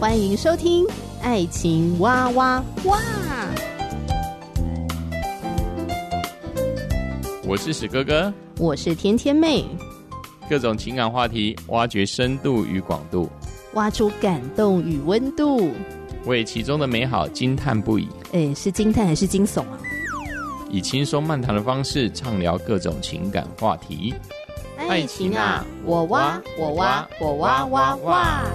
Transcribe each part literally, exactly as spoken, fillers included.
欢迎收听爱情哇哇哇。 我是史哥哥， 我是甜甜妹， 各种情感话题挖掘深度与广度， 挖出感动与温度， 为其中的美好惊叹不已。 诶，是惊叹还是惊悚啊？ 以轻松漫谈的方式畅聊各种情感话题。 爱情啊，我挖我挖我挖挖挖。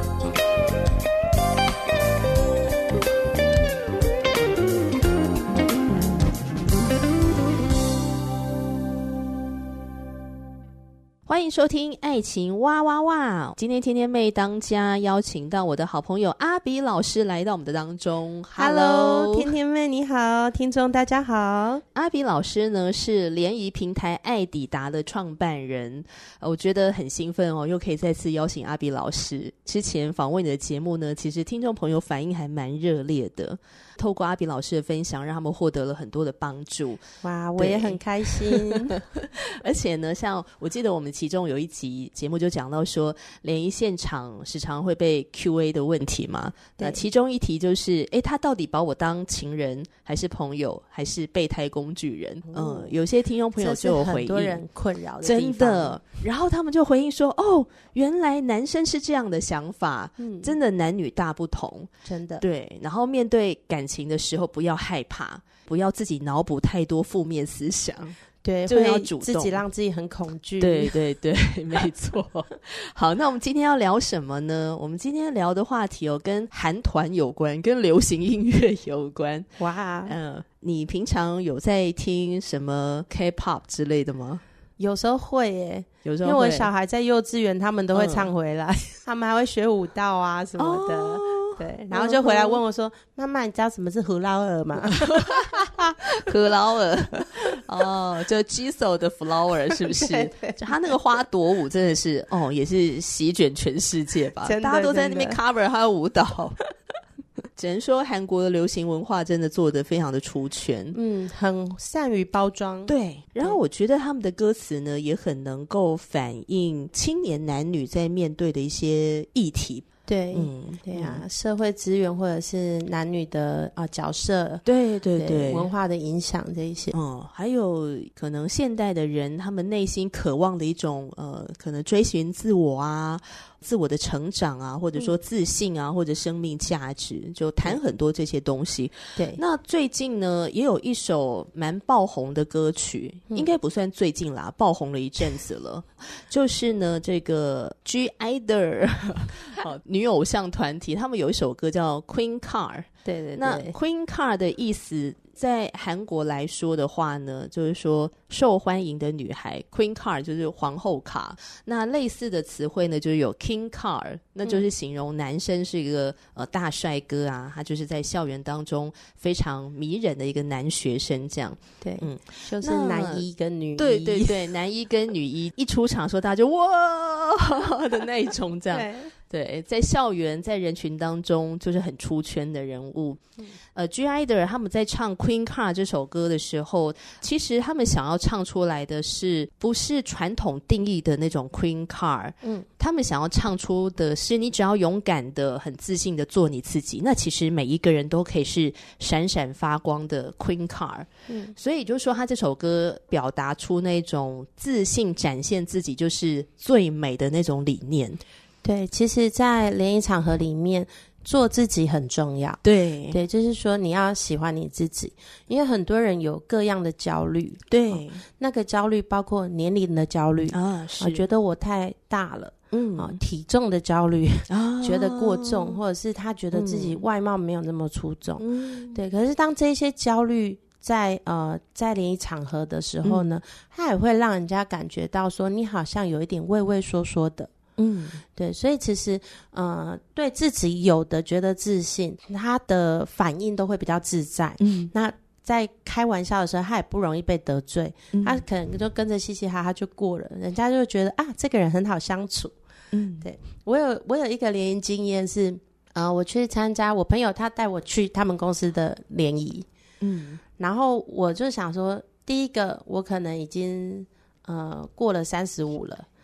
欢迎收听爱情哇哇哇。今天甜甜妹当家邀请到我的好朋友阿比老师来到我们的当中。 Hello， 甜甜妹你好，听众大家好。 阿比老师呢是联谊平台爱抵达的创办人，我觉得很兴奋哦，又可以再次邀请阿比老师。之前访问你的节目呢，其实听众朋友反应还蛮热烈的，透过阿比老师的分享让他们获得了很多的帮助。 哇，我也很开心而且呢，像我记得我们其中有一集节目就讲到说，联谊现场时常会被 Q A 的问题嘛，那其中一题就是诶，他到底把我当情人还是朋友还是备胎工具人？嗯，有些听众朋友就有回应， 这是很多人困扰的地方， 真的。然后他们就回应说，哦，原来男生是这样的想法，嗯，真的男女大不同， 真的。 对，然后面对感情的时候不要害怕，不要自己脑补太多负面思想， 对， 就要主动， 自己让自己很恐惧。 对对对，没错。好，那我们今天要聊什么呢？我们今天聊的话题哦，跟韩团有关，跟流行音乐有关。 哇， 嗯、呃，你平常有在听什么 K-pop 之类的吗？ 有时候会耶， 有时候会， 因为我小孩在幼稚园，他们都会唱回来，嗯、他们还会学舞蹈啊什么的。哦，对，然后就回来问我说：“妈妈，你知道什么是弗劳尔吗？” 弗劳尔，哦，就 Jisoo 的 Flower 是不是？ 对对， 就他那个花朵舞真的是，哦，也是席卷全世界吧？大家都在那边 cover 他的舞蹈。只能说韩国的流行文化真的做得非常的出圈， 嗯，很善于包装。 对，然后我觉得他们的歌词呢，也很能够反映青年男女在面对的一些议题。 对，嗯，对啊，嗯、社会资源或者是男女的啊、呃、角色， 对对 对, 对， 文化的影响这一些， 嗯，还有可能现代的人他们内心渴望的一种呃，可能追寻自我啊。自我的成长啊，或者说自信啊，嗯、或者生命价值，就谈很多这些东西。 对， 那最近呢，也有一首蛮爆红的歌曲，嗯、应该不算最近啦，爆红了一阵子了。就是呢，这个 G I-DLE 女偶像团体，他们有一首歌叫 Queen Card。 对对对， 那 Queen Card 的意思，在韩国来说的话呢，就是说受欢迎的女孩 Queen Card 就是皇后卡。那类似的词汇呢，就是有 King Card， 那就是形容男生是一个、呃、大帅哥啊，他就是在校园当中非常迷人的一个男学生这样。 对，嗯，就是男一跟女一。 对对对，男一跟女一一出场的时候，大家就哇的那一种这样。对。对，在校园在人群当中就是很出圈的人物。嗯、呃 G I-DLE 他们在唱 Queen Card 这首歌的时候，其实他们想要唱出来的是不是传统定义的那种 Queen Card， 嗯，他们想要唱出的是你只要勇敢的很自信的做你自己，那其实每一个人都可以是闪闪发光的 Queen Card。嗯，所以就是说他这首歌表达出那种自信展现自己就是最美的那种理念。 对，其实在联谊场合里面做自己很重要。对对，就是说你要喜欢你自己，因为很多人有各样的焦虑。对、哦、那个焦虑包括年龄的焦虑啊，是、啊、觉得我太大了，嗯啊，体重的焦虑啊，觉得过重，或者是他觉得自己外貌没有那么出众。嗯，对，可是当这些焦虑在呃在联谊场合的时候呢、嗯、它也会让人家感觉到说你好像有一点畏畏缩缩的。嗯，对，所以其实呃对自己有的觉得自信，他的反应都会比较自在。嗯，那在开玩笑的时候他也不容易被得罪、嗯、他可能就跟着嘻嘻哈哈就过了，人家就觉得啊这个人很好相处。嗯，对，我有我有一个联谊经验是呃我去参加我朋友他带我去他们公司的联谊。嗯，然后我就想说第一个我可能已经呃过了三十五了，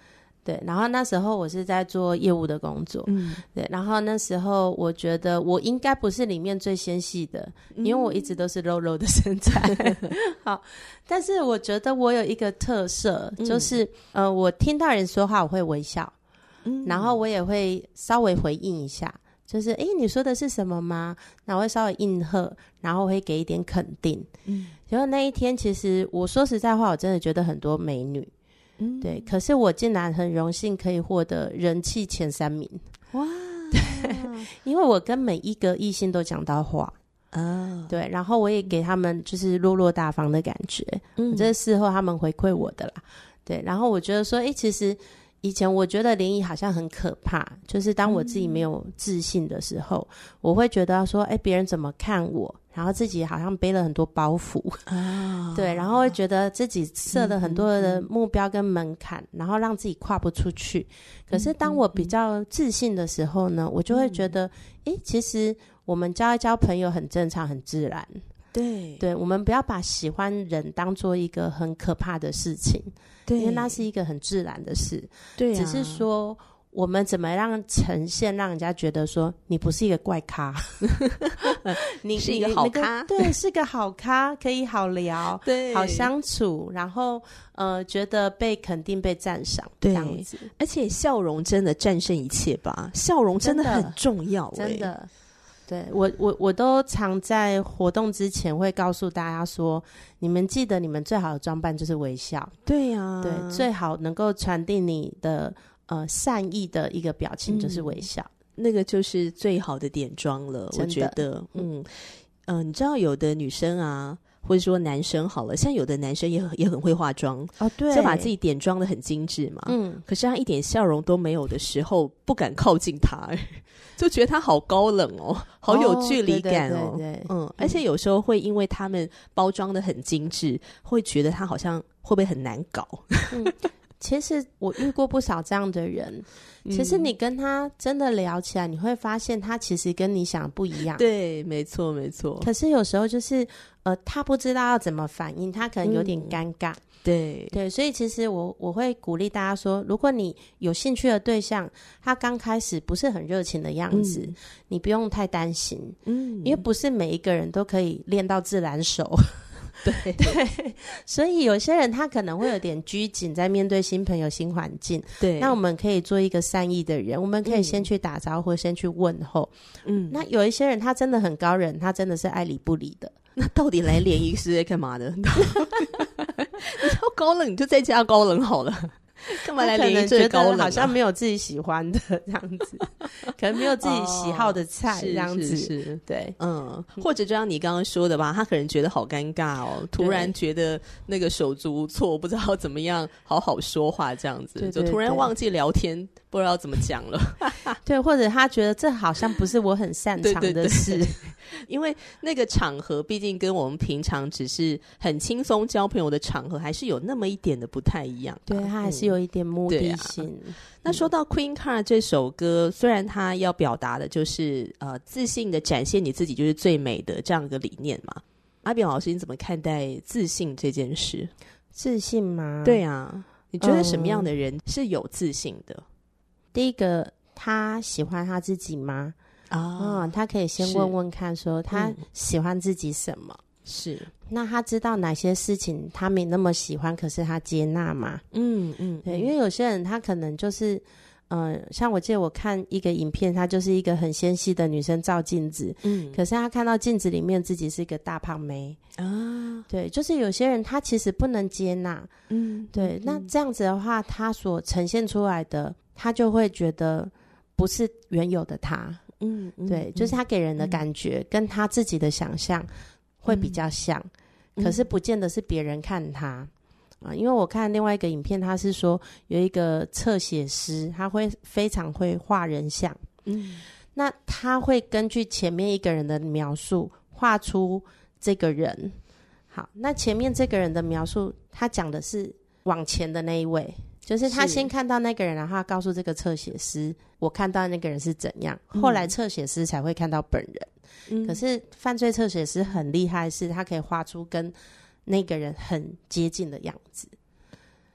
对，然后那时候我是在做业务的工作，嗯，对，然后那时候我觉得我应该不是里面最纤细的，因为我一直都是肉肉的身材，嗯、好，但是我觉得我有一个特色，就是、嗯、呃，我听到人说话我会微笑，嗯，然后我也会稍微回应一下，就是诶你说的是什么吗？然后会稍微应和，然后会给一点肯定，嗯，然后那一天其实我说实在话，我真的觉得很多美女。嗯，对，可是我竟然很荣幸可以获得人气前三名，哇！对，因为我跟每一个异性都讲到话啊，对，然后我也给他们就是落落大方的感觉，嗯，这是事后他们回馈我的啦，对，然后我觉得说，哎，其实以前我觉得联谊好像很可怕，就是当我自己没有自信的时候，嗯、我会觉得说，哎，别人怎么看我？然后自己好像背了很多包袱啊，对，然后会觉得自己设了很多的目标跟门槛，嗯、然后让自己跨不出去。可是当我比较自信的时候呢，嗯、我就会觉得，诶，其实我们交一交朋友很正常，很自然。对，对，我们不要把喜欢人当做一个很可怕的事情，对，因为那是一个很自然的事。对、啊，只是说。我们怎么让呈现让人家觉得说你不是一个怪咖你是一个好咖、 那個、对，是个好咖，可以好聊对，好相处，然后呃觉得被肯定被赞赏这样子， 而且笑容真的战胜一切吧，笑容真的很重要、欸、 真的对，我我我都常在活动之前会告诉大家说，你们记得你们最好的装扮就是微笑， 对呀、啊， 对，最好能够传递你的呃，善意的一个表情就是微笑、 嗯，那个就是最好的点妆了。我觉得，嗯，呃，你知道有的女生啊，或者说男生好了，像有的男生也很也很会化妆哦，对，就把自己点妆的很精致嘛，嗯，可是他一点笑容都没有的时候，不敢靠近他，就觉得他好高冷哦，好有距离感哦，哦对对对对嗯，而且有时候会因为他们包装的很精致，会觉得他好像会不会很难搞？ 嗯其实我遇过不少这样的人、嗯、其实你跟他真的聊起来，你会发现他其实跟你想的不一样， 对，没错没错， 可是有时候就是呃，他不知道要怎么反应，他可能有点尴尬、嗯、 对对，所以其实我我会鼓励大家说，如果你有兴趣的对象他刚开始不是很热情的样子、嗯、你不用太担心，嗯，因为不是每一个人都可以练到自然熟对对，所以有些人他可能会有点拘谨，在面对新朋友新环境，对，那我们可以做一个善意的人，我们可以先去打招呼、嗯、先去问候，嗯，那有一些人他真的很高冷，他真的是爱理不理的， 那到底来联谊是在干嘛的？你要高冷你就在家高冷好了，干嘛来联谊最高冷、啊、 好像没有自己喜欢的这样子可能没有自己喜好的菜、哦、这样子，是是是对， 嗯，或者就像你刚刚说的吧，他可能觉得好尴尬哦，突然觉得那个手足无措，不知道怎么样好好说话这样子，对对对，就突然忘记聊天，不知道怎么讲了对，或者他觉得这好像不是我很擅长的事对对对， 因为那个场合毕竟跟我们平常只是很轻松交朋友的场合还是有那么一点的不太一样， 对，他还是有一点目的性、 嗯啊、那说到 Queen Card 这首歌，虽然他要表达的就是呃自信的展现你自己就是最美的这样一个理念嘛，阿扁老师你怎么看待自信这件事？ 自信吗？ 对啊，你觉得什么样的人是有自信的？嗯、 第一个，他喜欢他自己吗？啊、嗯，他可以先问问看说他喜欢自己什么、嗯、是，那他知道哪些事情他没那么喜欢可是他接纳吗？嗯嗯，对，因为有些人他可能就是呃，像我记得我看一个影片，她就是一个很纤细的女生照镜子，嗯，可是她看到镜子里面自己是一个大胖妹啊，对，就是有些人他其实不能接纳，嗯，对，嗯，那这样子的话他所呈现出来的他就会觉得不是原有的他，嗯，对，就是他给人的感觉、嗯、跟他自己的想象会比较像、嗯、可是不见得是别人看他啊，因为我看另外一个影片，他是说有一个侧写师，他会非常会画人像，嗯，那他会根据前面一个人的描述画出这个人，好，那前面这个人的描述他讲的是往前的那一位，就是他先看到那个人，然后他告诉这个侧写师我看到那个人是怎样，后来侧写师才会看到本人、嗯、可是犯罪侧写师很厉害，是他可以画出跟那个人很接近的样子，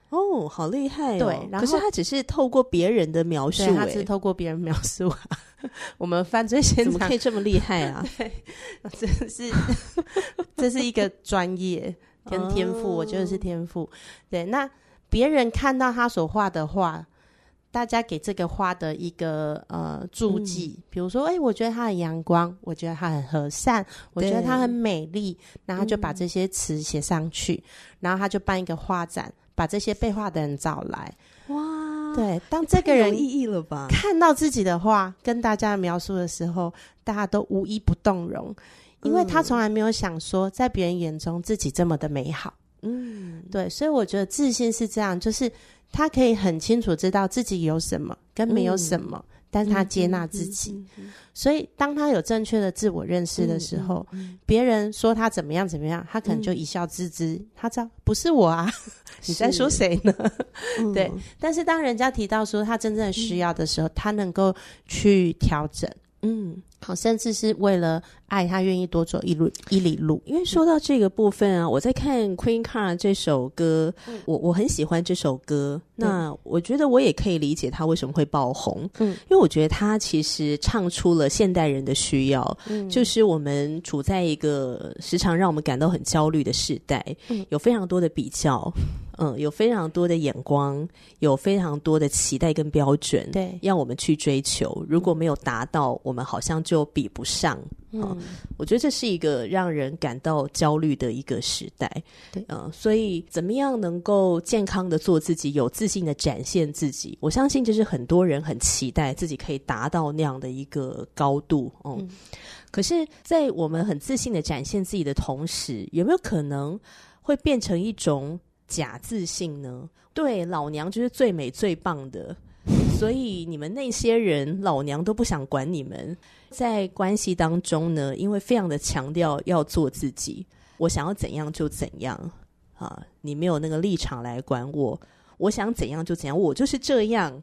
哦，好厉害哦！ 对，然后可是他只是透过别人的描述， 对，他只是透过别人描述啊。我们犯罪现场怎么可以这么厉害啊？ 对，这是这是一个专业跟天赋，哦、我觉得是天赋。对，那别人看到他所画的画，大家给这个画的一个呃注记，嗯、比如说，哎、欸，我觉得他很阳光，我觉得他很和善，我觉得他很美丽，然后就把这些词写上去，嗯、然后他就办一个画展。把这些被画的人找来，哇！对，当这个人有意义了吧？ 看到自己的画跟大家描述的时候，大家都无一不动容，因为他从来没有想说，在别人眼中自己这么的美好。嗯，对，所以我觉得自信是这样，就是他可以很清楚知道自己有什么跟没有什么。嗯，但是他接纳自己，嗯嗯嗯嗯、所以当他有正确的自我认识的时候，嗯嗯嗯、别人说他怎么样怎么样，他可能就一笑置之，嗯、他知道不是我啊，你在说谁呢？嗯、对。但是当人家提到说他真正需要的时候，嗯、他能够去调整，嗯，好，甚至是为了爱，他愿意多走一路一里路。 因为说到这个部分啊，我在看 Queen Card 这首歌，嗯、我我很喜欢这首歌。那我觉得我也可以理解他为什么会爆红，嗯，因为我觉得他其实唱出了现代人的需要，嗯，就是我们处在一个时常让我们感到很焦虑的时代，嗯，有非常多的比较，嗯，有非常多的眼光，有非常多的期待跟标准，对，让我们去追求。如果没有达到，我们好像就比不上。嗯、呃，我觉得这是一个让人感到焦虑的一个时代。对，呃，所以怎么样能够健康的做自己，有自信的展现自己，我相信这是很多人很期待自己可以达到那样的一个高度。嗯，嗯可是在我们很自信的展现自己的同时，有没有可能会变成一种假自信呢？对，老娘就是最美最棒的，所以你们那些人老娘都不想管你们。在关系当中呢，因为非常的强调要做自己，我想要怎样就怎样啊，你没有那个立场来管我，我想怎样就怎样，我就是这样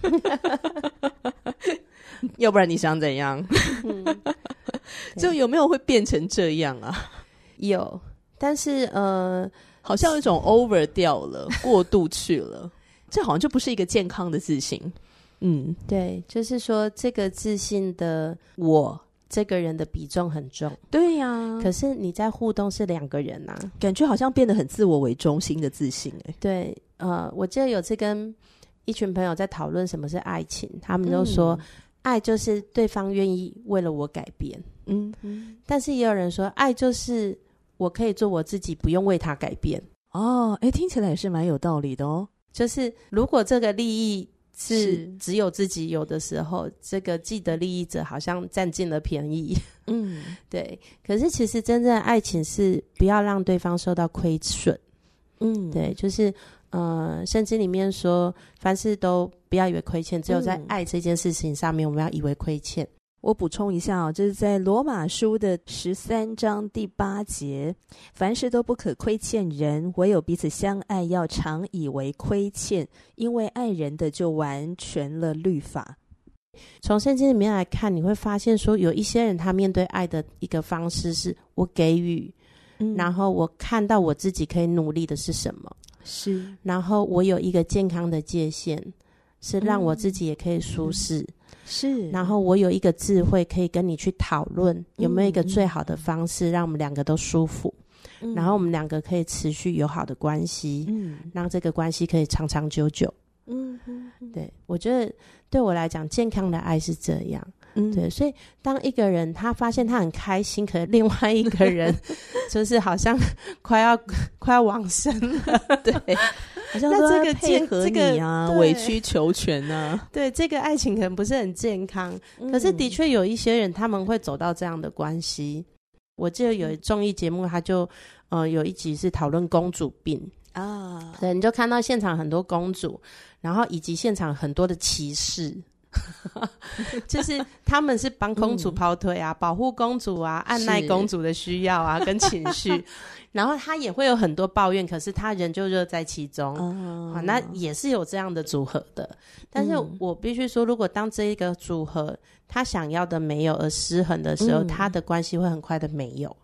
要不然你想怎样？嗯、就有没有会变成这样啊？ 有，但是呃好像有一种 over 掉了过度去了，这好像就不是一个健康的自信。嗯， 对，就是说这个自信的我这个人的比重很重。 对呀、啊， 可是你在互动是两个人啊， 感觉好像变得很自我为中心的自信、欸、 对，呃，我记得有次跟一群朋友在讨论什么是爱情，他们就说、嗯、爱就是对方愿意为了我改变。嗯嗯，但是也有人说爱就是我可以做我自己，不用为他改变。 哦，哎，听起来也是蛮有道理的哦。 就是如果这个利益是只有自己有的时候，这个既得利益者好像占尽了便宜。嗯，对。可是其实真正的爱情是不要让对方受到亏损。嗯，对，就是呃，圣经里面说，凡事都不要以为亏欠，只有在爱这件事情上面，我们要以为亏欠。 我补充一下哦，这是在罗马书的十三章第八节，凡事都不可亏欠人，唯有彼此相爱，要常以为亏欠，因为爱人的就完全了律法。 从圣经里面来看，你会发现说有一些人他面对爱的一个方式是我给予、嗯、然后我看到我自己可以努力的是什么，是，然后我有一个健康的界限，是让我自己也可以舒适、嗯是，然后我有一个智慧可以跟你去讨论有没有一个最好的方式让我们两个都舒服、嗯、然后我们两个可以持续友好的关系、嗯、让这个关系可以长长久久。嗯嗯，对，我觉得对我来讲健康的爱是这样。嗯，对，所以当一个人他发现他很开心，可是另外一个人就是好像快要快要往生了，对， 好像说这个配合你啊，这个、委曲求全啊， 对，这个爱情可能不是很健康、嗯、可是的确有一些人他们会走到这样的关系。我记得有综艺节目他就呃有一集是讨论公主病啊，对，你就看到现场很多公主，然后以及现场很多的骑士就是他们是帮公主跑腿啊、嗯、保护公主啊，按耐公主的需要啊跟情绪然后他也会有很多抱怨，可是他人就热在其中、哦啊、那也是有这样的组合的。但是我必须说，如果当这一个组合他想要的没有而失衡的时候、嗯、他的关系会很快的没有。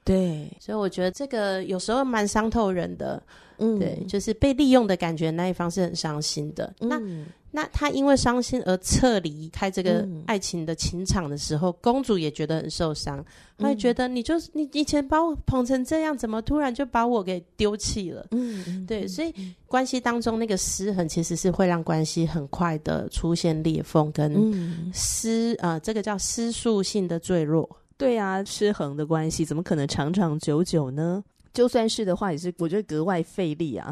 对，所以我觉得这个有时候蛮伤透人的。嗯，对，就是被利用的感觉，那一方是很伤心的。嗯、那那他因为伤心而撤离开这个爱情的情场的时候，嗯、公主也觉得很受伤，她会觉得你就你以前把我捧成这样，怎么突然就把我给丢弃了？嗯，对，所以关系当中那个失衡其实是会让关系很快的出现裂缝跟失、嗯、呃，这个叫失速性的坠落。 对啊，失衡的关系怎么可能长长久久呢？就算是的话，也是我觉得格外费力啊。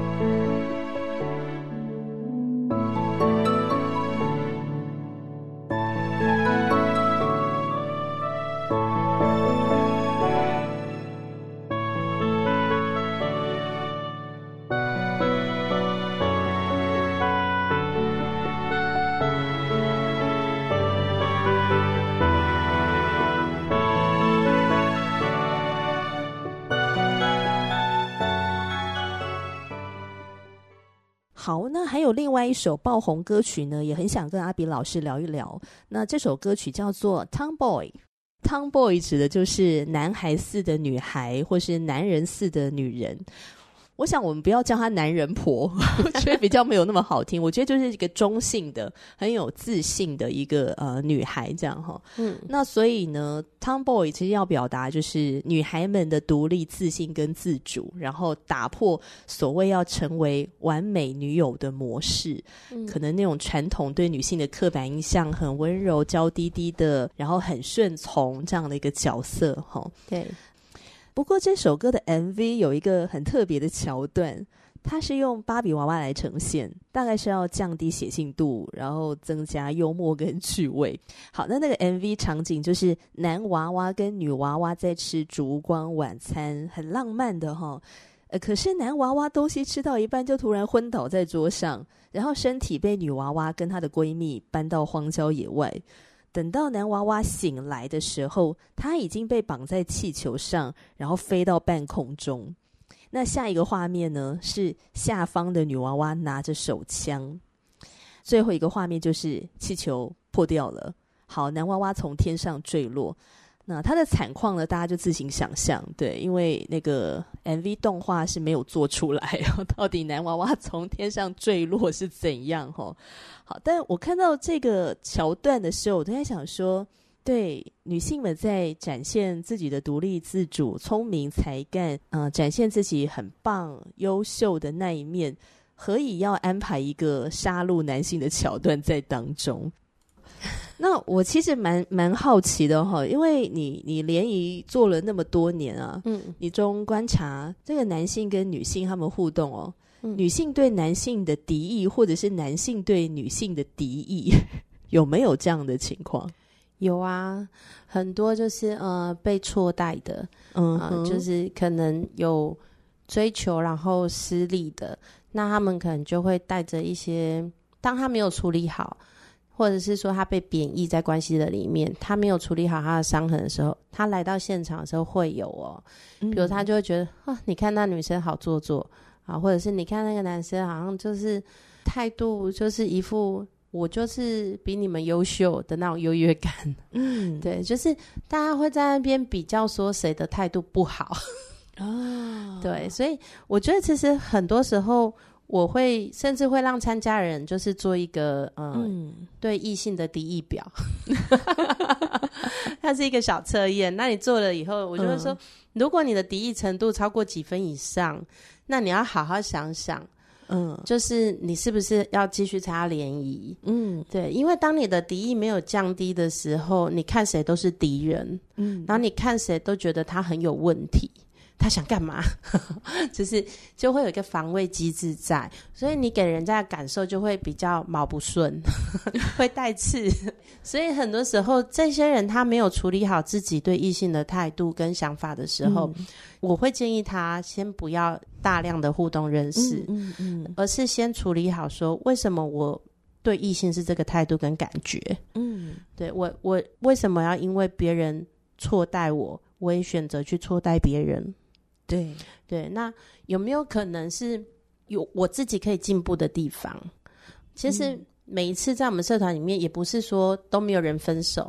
好，那还有另外一首爆红歌曲呢，也很想跟阿比老师聊一聊。那这首歌曲叫做 Tomboy。Tomboy 指的就是男孩似的女孩，或是男人似的女人。我想我们不要叫她男人婆，我觉得比较没有那么好听。我觉得就是一个中性的、很有自信的一个呃女孩这样哈。嗯，那所以呢 ，Tomboy 其实要表达就是女孩们的独立、自信跟自主，然后打破所谓要成为完美女友的模式。嗯，可能那种传统对女性的刻板印象，很温柔、娇滴滴的，然后很顺从这样的一个角色哈。 对。 不过这首歌的 M V 有一个很特别的桥段，它是用芭比娃娃来呈现，大概是要降低血腥度，然后增加幽默跟趣味。好，那那个 M V 场景就是男娃娃跟女娃娃在吃烛光晚餐，很浪漫的齁。呃，可是男娃娃东西吃到一半就突然昏倒在桌上，然后身体被女娃娃跟她的闺蜜搬到荒郊野外。等到男娃娃醒来的时候，他已经被绑在气球上，然后飞到半空中。那下一个画面呢，是下方的女娃娃拿着手枪。最后一个画面就是气球破掉了。好，男娃娃从天上坠落。那他的惨况呢，大家就自行想象。对，因为那个 M V 动画是没有做出来，到底男娃娃从天上坠落是怎样齁。好，但我看到这个桥段的时候，我都在想说，对女性们在展现自己的独立自主、聪明才干，呃，展现自己很棒、优秀的那一面，何以要安排一个杀戮男性的桥段在当中？那我其实蛮蛮好奇的哈，因为你你联谊做了那么多年啊，嗯，你中观察这个男性跟女性他们互动哦，嗯、女性对男性的敌意，或者是男性对女性的敌意，有没有这样的情况？ 有啊，很多就是呃被错待的，嗯、呃，就是可能有追求然后失利的，那他们可能就会带着一些，当他没有处理好。或者是说他被贬义在关系的里面，他没有处理好他的伤痕的时候，他来到现场的时候会有哦，比如他就会觉得啊，你看那女生好做作啊，或者是你看那个男生好像就是态度就是一副我就是比你们优秀的那种优越感。嗯，对，就是大家会在那边比较说谁的态度不好哦，对，所以我觉得其实很多时候我会甚至会让参加人就是做一个、呃、嗯对异性的敌意表它是一个小测验，那你做了以后我就会说、嗯、如果你的敌意程度超过几分以上，那你要好好想想嗯，就是你是不是要继续参加联谊。嗯，对，因为当你的敌意没有降低的时候，你看谁都是敌人，嗯，然后你看谁都觉得他很有问题，他想干嘛就是就会有一个防卫机制在，所以你给人家的感受就会比较毛不顺会带刺，所以很多时候这些人他没有处理好自己对异性的态度跟想法的时候、嗯、我会建议他先不要大量的互动认识，嗯嗯嗯，而是先处理好说为什么我对异性是这个态度跟感觉，嗯，对，我我为什么要因为别人错待我我也选择去错待别人，对对，那有没有可能是有我自己可以进步的地方？其实每一次在我们社团里面也不是说都没有人分手，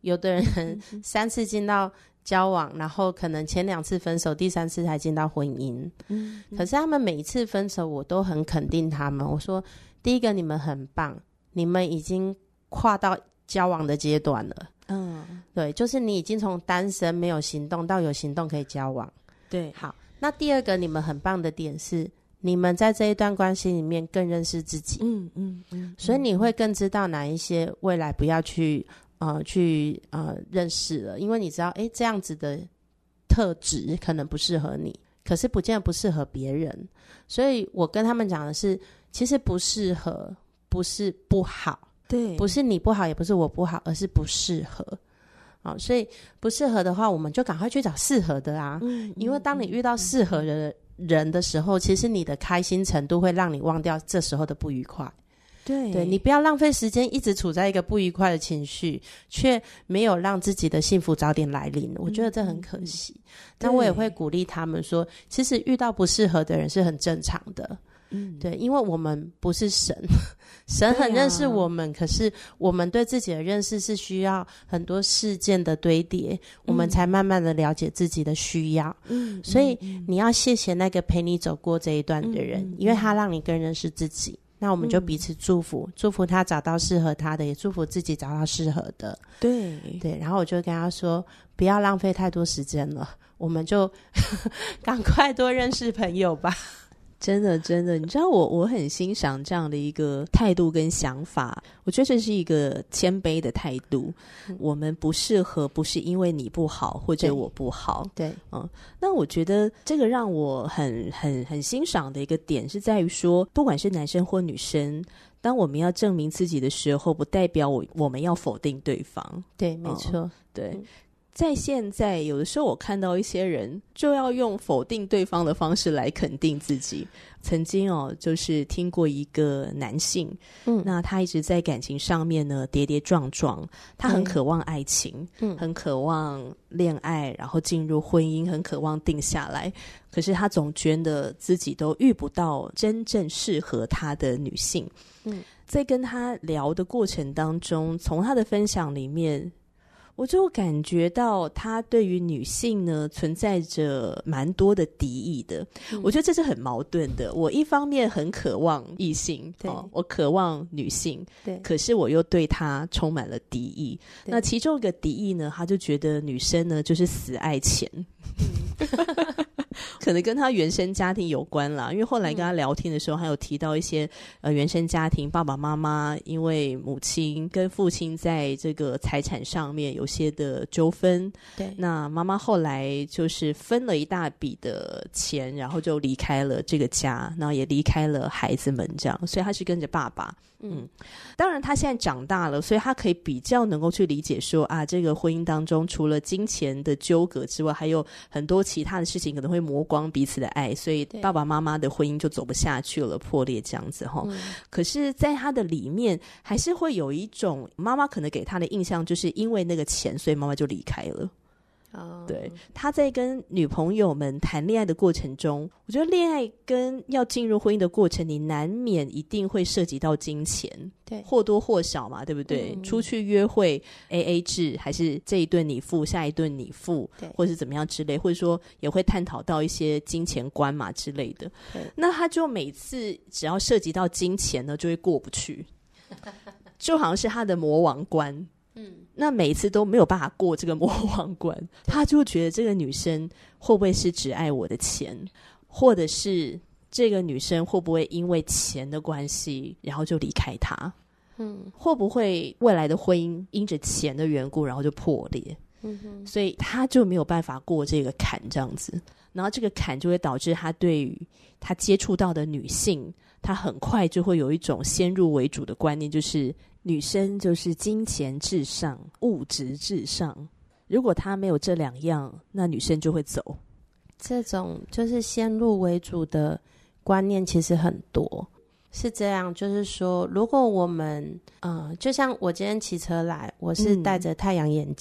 有的人三次进到交往，然后可能前两次分手，第三次才进到婚姻。嗯，可是他们每一次分手，我都很肯定他们。我说，第一个，你们很棒，你们已经跨到交往的阶段了。嗯，对，就是你已经从单身没有行动到有行动可以交往。对，好，那第二个你们很棒的点是，你们在这一段关系里面更认识自己。嗯嗯嗯，所以你会更知道哪一些未来不要去。呃，去呃认识了，因为你知道，哎，这样子的特质可能不适合你，可是不见得不适合别人。所以我跟他们讲的是，其实不适合不是不好，对，不是你不好，也不是我不好，而是不适合。好，所以不适合的话，我们就赶快去找适合的啊。嗯，因为当你遇到适合的人的时候，其实你的开心程度会让你忘掉这时候的不愉快。对, 对你不要浪费时间一直处在一个不愉快的情绪，却没有让自己的幸福早点来临，我觉得这很可惜。嗯、但我也会鼓励他们说，其实遇到不适合的人是很正常的。嗯，对，因为我们不是神，神很认识我们、啊、可是我们对自己的认识是需要很多事件的堆叠、嗯、我们才慢慢的了解自己的需要。嗯，所以你要谢谢那个陪你走过这一段的人、嗯、因为他让你更认识自己。那我们就彼此祝福、嗯、祝福他找到适合他的，也祝福自己找到适合的。对对，然后我就跟他说，不要浪费太多时间了，我们就赶快多认识朋友吧。 真的真的，你知道我我很欣赏这样的一个态度跟想法，我觉得这是一个谦卑的态度、嗯、我们不适合不是因为你不好或者我不好。对，嗯，那我觉得这个让我很很很欣赏的一个点是在于说，不管是男生或女生，当我们要证明自己的时候，不代表我我们要否定对方。 对，没错、嗯、 对、嗯，在现在有的时候我看到一些人就要用否定对方的方式来肯定自己。曾经哦，就是听过一个男性，嗯，那他一直在感情上面呢跌跌撞撞，他很渴望爱情，嗯，很渴望恋爱，然后进入婚姻，很渴望定下来，可是他总觉得自己都遇不到真正适合他的女性。嗯，在跟他聊的过程当中，从他的分享里面，我就感觉到他对于女性呢存在着蛮多的敌意的、嗯、我觉得这是很矛盾的。我一方面很渴望异性、哦、我渴望女性，对，可是我又对她充满了敌意。那其中一个敌意呢，他就觉得女生呢就是死爱钱、嗯、可能跟他原生家庭有关啦，因为后来跟他聊天的时候，还有提到一些呃原生家庭，爸爸妈妈因为母亲跟父亲在这个财产上面有些的纠纷，对，那妈妈后来就是分了一大笔的钱，然后就离开了这个家，然后也离开了孩子们，这样，所以他是跟着爸爸。嗯，当然他现在长大了，所以他可以比较能够去理解说啊，这个婚姻当中除了金钱的纠葛之外，还有很多其他的事情可能会磨光彼此的爱，所以爸爸妈妈的婚姻就走不下去了，破裂这样子哈、嗯。可是在他的里面还是会有一种妈妈可能给他的印象，就是因为那个钱，所以妈妈就离开了。Oh. 对，他在跟女朋友们谈恋爱的过程中，我觉得恋爱跟要进入婚姻的过程，你难免一定会涉及到金钱，对，或多或少嘛，对不对？嗯、出去约会 A A 制，还是这一顿你付，下一顿你付，或是怎么样之类，或者说也会探讨到一些金钱观嘛之类的。那他就每次只要涉及到金钱呢，就会过不去，就好像是他的魔王关。嗯，那每一次都没有办法过这个魔王关，他就觉得这个女生会不会是只爱我的钱，或者是这个女生会不会因为钱的关系然后就离开他，嗯，会不会未来的婚姻因着钱的缘故然后就破裂，嗯哼，所以他就没有办法过这个坎这样子，然后这个坎就会导致他对于他接触到的女性，他很快就会有一种先入为主的观念，就是女生就是金钱至上，物质至上，如果她没有这两样，那女生就会走。 这种就是先入为主的观念其实很多，是这样，就是说如果我们呃，就像我今天骑车来，我是戴着太阳眼镜、嗯、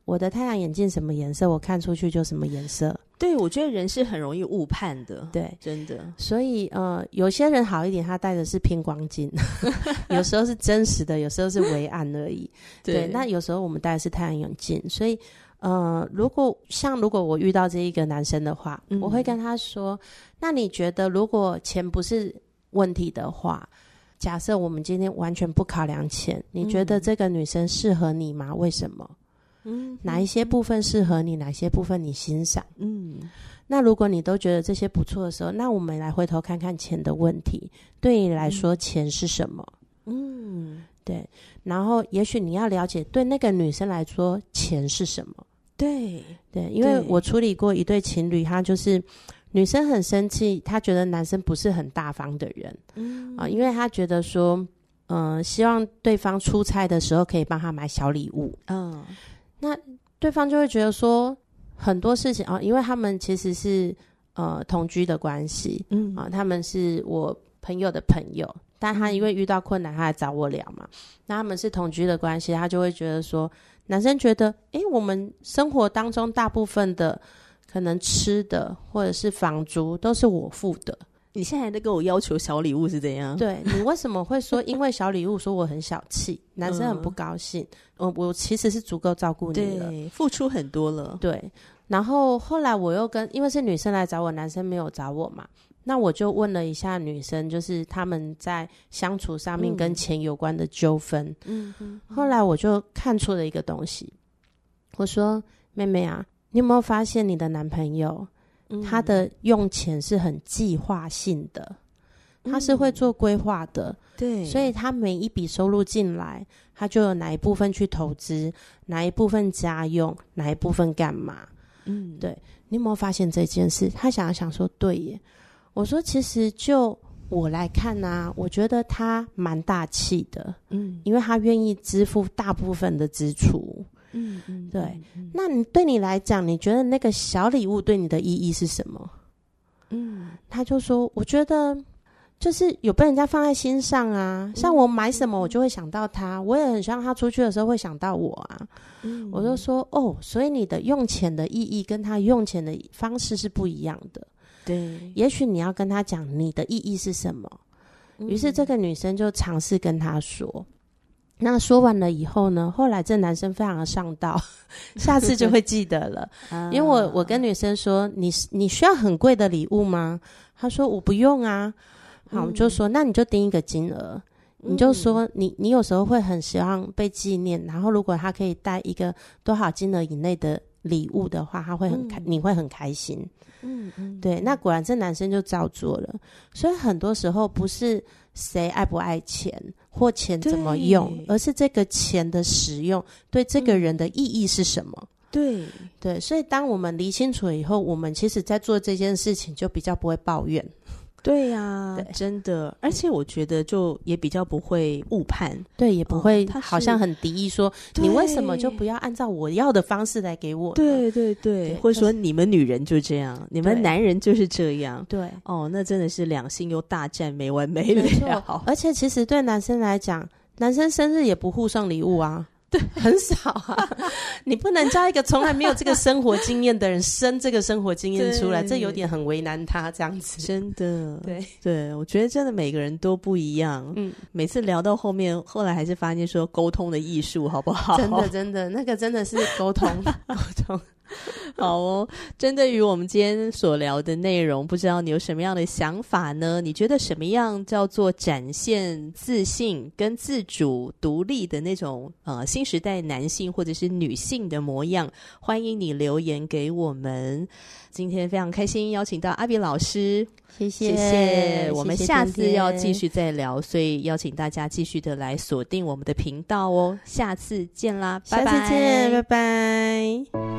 我的太阳眼镜什么颜色，我看出去就什么颜色。 对，我觉得人是很容易误判的。对，真的。 所以呃，有些人好一点，他戴的是偏光镜，有时候是真实的，有时候是微暗而已。对，对，那有时候我们戴的是太阳眼镜，所以呃，如果像如果我遇到这一个男生的话，嗯、我会跟他说：那你觉得如果钱不是问题的话，假设我们今天完全不考量钱，你觉得这个女生适合你吗？为什么？嗯，哪一些部分适合你，哪些部分你欣赏？嗯，那如果你都觉得这些不错的时候，那我们来回头看看钱的问题。对你来说，钱是什么？嗯，对。然后，也许你要了解，对那个女生来说，钱是什么？对对，因为我处理过一对情侣，他就是女生很生气，她觉得男生不是很大方的人，嗯啊，因为她觉得说，嗯、呃，希望对方出差的时候可以帮她买小礼物，嗯。那对方就会觉得说很多事情啊，因为他们其实是呃同居的关系，嗯啊，他们是我朋友的朋友，但他因为遇到困难，他来找我聊嘛。那他们是同居的关系，他就会觉得说，男生觉得，诶，我们生活当中大部分的可能吃的或者是房租都是我付的。 你现在还在跟我要求小礼物是怎样？ 对，你为什么会说因为小礼物说我很小气？男生很不高兴。嗯、我我其实是足够照顾你了， 对，付出很多了。 对，然后后来我又跟，因为是女生来找我，男生没有找我嘛，那我就问了一下女生，就是他们在相处上面跟钱有关的纠纷。嗯嗯。后来我就看出了一个东西，我说：“妹妹啊，你有没有发现你的男朋友？”他的用钱是很计划性的，他是会做规划的，嗯、对，所以他每一笔收入进来，他就有哪一部分去投资，哪一部分家用，哪一部分干嘛？嗯，对，你有没有发现这件事？他想想说，对耶。我说，其实就我来看啊，我觉得他蛮大气的，嗯，因为他愿意支付大部分的支出。嗯嗯，对嗯，那你对你来讲，你觉得那个小礼物对你的意义是什么？嗯，他就说，我觉得就是有被人家放在心上啊，像我买什么我就会想到他，我也很希望他出去的时候会想到我啊。嗯，我就说哦，所以你的用钱的意义跟他用钱的方式是不一样的。对，也许你要跟他讲你的意义是什么。于是这个女生就尝试跟他说。那说完了以后呢，后来这男生非常的上道，下次就会记得了。因为我我跟女生说，你你需要很贵的礼物吗？她说我不用啊。好，我就说那你就定一个金额，你就说你你有时候会很希望被纪念，然后如果他可以带一个多少金额以内的礼物的话，他会很开，你会很开心。嗯嗯，对，那果然这男生就照做了。所以很多时候不是谁爱不爱钱或钱怎么用，而是这个钱的使用对这个人的意义是什么。对对，所以当我们理清楚了以后，我们其实在做这件事情就比较不会抱怨。 对呀、啊，真的，而且我觉得就也比较不会误判， 对，也不会好像很敌意说、哦、你为什么就不要按照我要的方式来给我呢？ 对对 对, 对，或者说你们女人就这样，你们男人就是这样，对，哦，那真的是两性又大战没完没了。 而且其实对男生来讲，男生生日也不互送礼物啊。对，很少啊！你不能叫一个从来没有这个生活经验的人生这个生活经验出来，这有点很为难他这样子。 真的，对对，我觉得真的每个人都不一样。嗯，每次聊到后面，后来还是发现说沟通的艺术，好不好？ 真的，真的，那个真的是沟通，沟通。 好哦，针对于我们今天所聊的内容，不知道你有什么样的想法呢？你觉得什么样叫做展现自信跟自主独立的那种呃新时代男性或者是女性的模样？欢迎你留言给我们。今天非常开心邀请到阿比老师， 谢谢谢谢，我们下次要继续再聊，所以邀请大家继续的来锁定我们的频道哦。下次见啦，拜拜， 下次见，拜拜。